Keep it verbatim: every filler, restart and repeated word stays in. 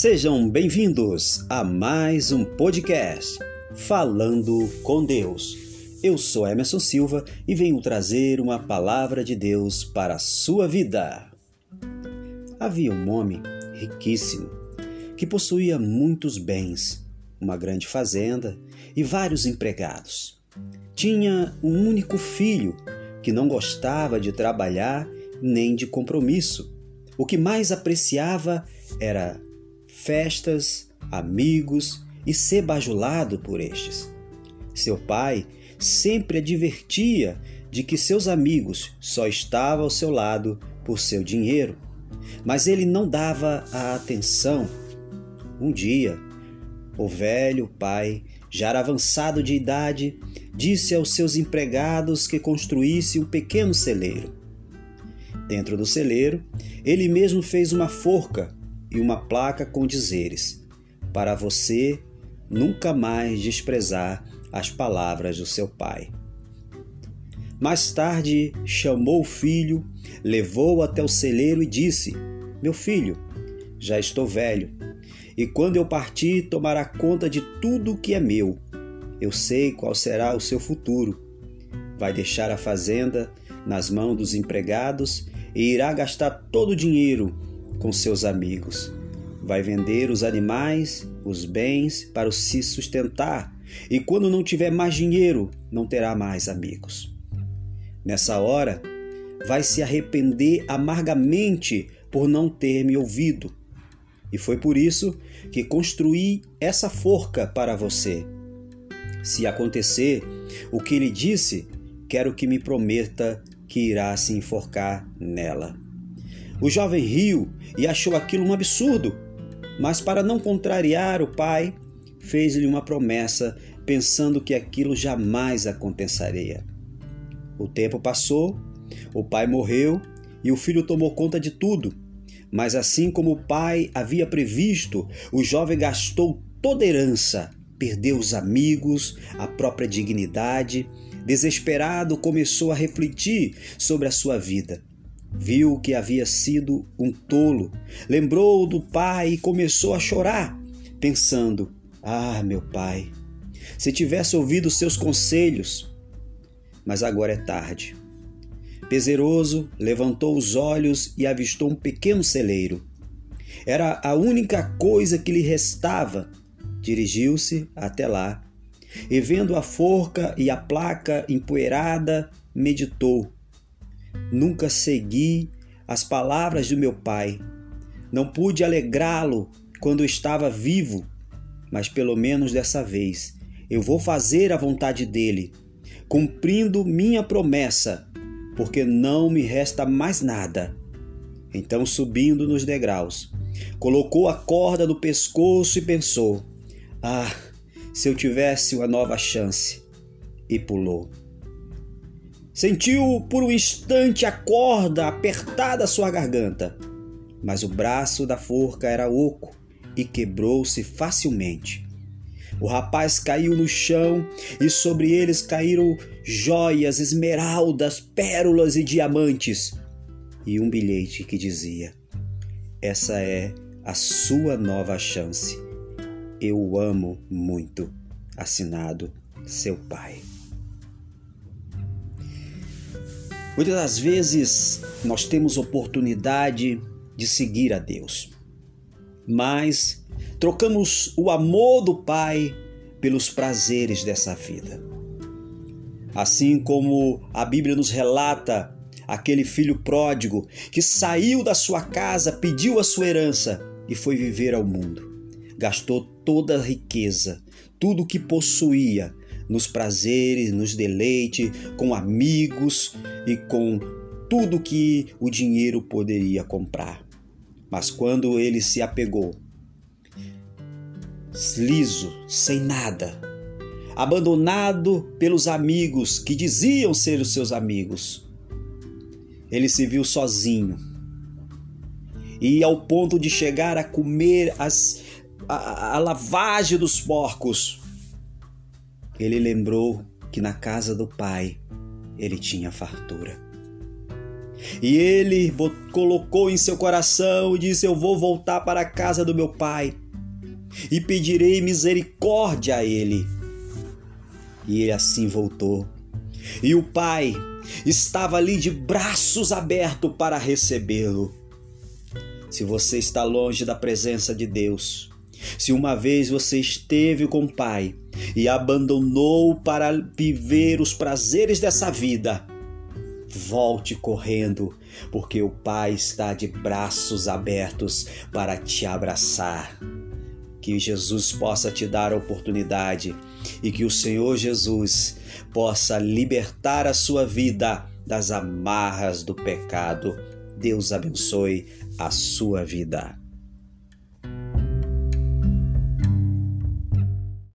Sejam bem-vindos a mais um podcast Falando com Deus. Eu sou Emerson Silva e venho trazer uma palavra de Deus para a sua vida. Havia um homem riquíssimo que possuía muitos bens, uma grande fazenda e vários empregados. Tinha um único filho que não gostava de trabalhar nem de compromisso. O que mais apreciava era festas, amigos e ser bajulado por estes. Seu pai sempre advertia de que seus amigos só estavam ao seu lado por seu dinheiro, mas ele não dava a atenção. Um dia, o velho pai, já era avançado de idade, disse aos seus empregados que construísse um pequeno celeiro. Dentro do celeiro, ele mesmo fez uma forca e uma placa com dizeres: para você nunca mais desprezar as palavras do seu pai. Mais tarde, chamou o filho, levou-o até o celeiro e disse: meu filho, já estou velho, e quando eu partir, tomará conta de tudo o que é meu. Eu sei qual será o seu futuro. Vai deixar a fazenda nas mãos dos empregados e irá gastar todo o dinheiro com seus amigos. Vai vender os animais, os bens para se sustentar, e quando não tiver mais dinheiro, não terá mais amigos. Nessa hora, vai se arrepender amargamente por não ter me ouvido. E foi por isso que construí essa forca para você. Se acontecer o que ele disse, quero que me prometa que irá se enforcar nela. O jovem riu e achou aquilo um absurdo, mas para não contrariar o pai, fez-lhe uma promessa, pensando que aquilo jamais aconteceria. O tempo passou, o pai morreu e o filho tomou conta de tudo. Mas assim como o pai havia previsto, o jovem gastou toda a herança, perdeu os amigos, a própria dignidade. Desesperado, começou a refletir sobre a sua vida. Viu que havia sido um tolo, lembrou do pai e começou a chorar, pensando: ah, meu pai, se tivesse ouvido seus conselhos. Mas agora é tarde. Pesaroso, levantou os olhos e avistou um pequeno celeiro. Era a única coisa que lhe restava. Dirigiu-se até lá e, vendo a forca e a placa empoeirada, meditou: nunca segui as palavras do meu pai. Não pude alegrá-lo quando estava vivo, mas pelo menos dessa vez eu vou fazer a vontade dele, cumprindo minha promessa, porque não me resta mais nada. Então, subindo nos degraus, colocou a corda no pescoço e pensou: ah, se eu tivesse uma nova chance, e pulou. Sentiu por um instante a corda apertada à sua garganta, mas o braço da forca era oco e quebrou-se facilmente. O rapaz caiu no chão e sobre eles caíram joias, esmeraldas, pérolas e diamantes, e um bilhete que dizia: essa é a sua nova chance. Eu o amo muito. Assinado seu pai. Muitas das vezes nós temos oportunidade de seguir a Deus, mas trocamos o amor do Pai pelos prazeres dessa vida. Assim como a Bíblia nos relata aquele filho pródigo que saiu da sua casa, pediu a sua herança e foi viver ao mundo. Gastou toda a riqueza, tudo o que possuía, nos prazeres, nos deleites, com amigos e com tudo que o dinheiro poderia comprar. Mas quando ele se apegou, liso, sem nada, abandonado pelos amigos que diziam ser os seus amigos, ele se viu sozinho. E ao ponto de chegar a comer as, a, a lavagem dos porcos, ele lembrou que na casa do pai ele tinha fartura. E ele colocou em seu coração e disse: eu vou voltar para a casa do meu pai e pedirei misericórdia a ele. E ele assim voltou. E o pai estava ali de braços abertos para recebê-lo. Se você está longe da presença de Deus, se uma vez você esteve com o Pai e abandonou para viver os prazeres dessa vida, volte correndo, porque o Pai está de braços abertos para te abraçar. Que Jesus possa te dar a oportunidade e que o Senhor Jesus possa libertar a sua vida das amarras do pecado. Deus abençoe a sua vida.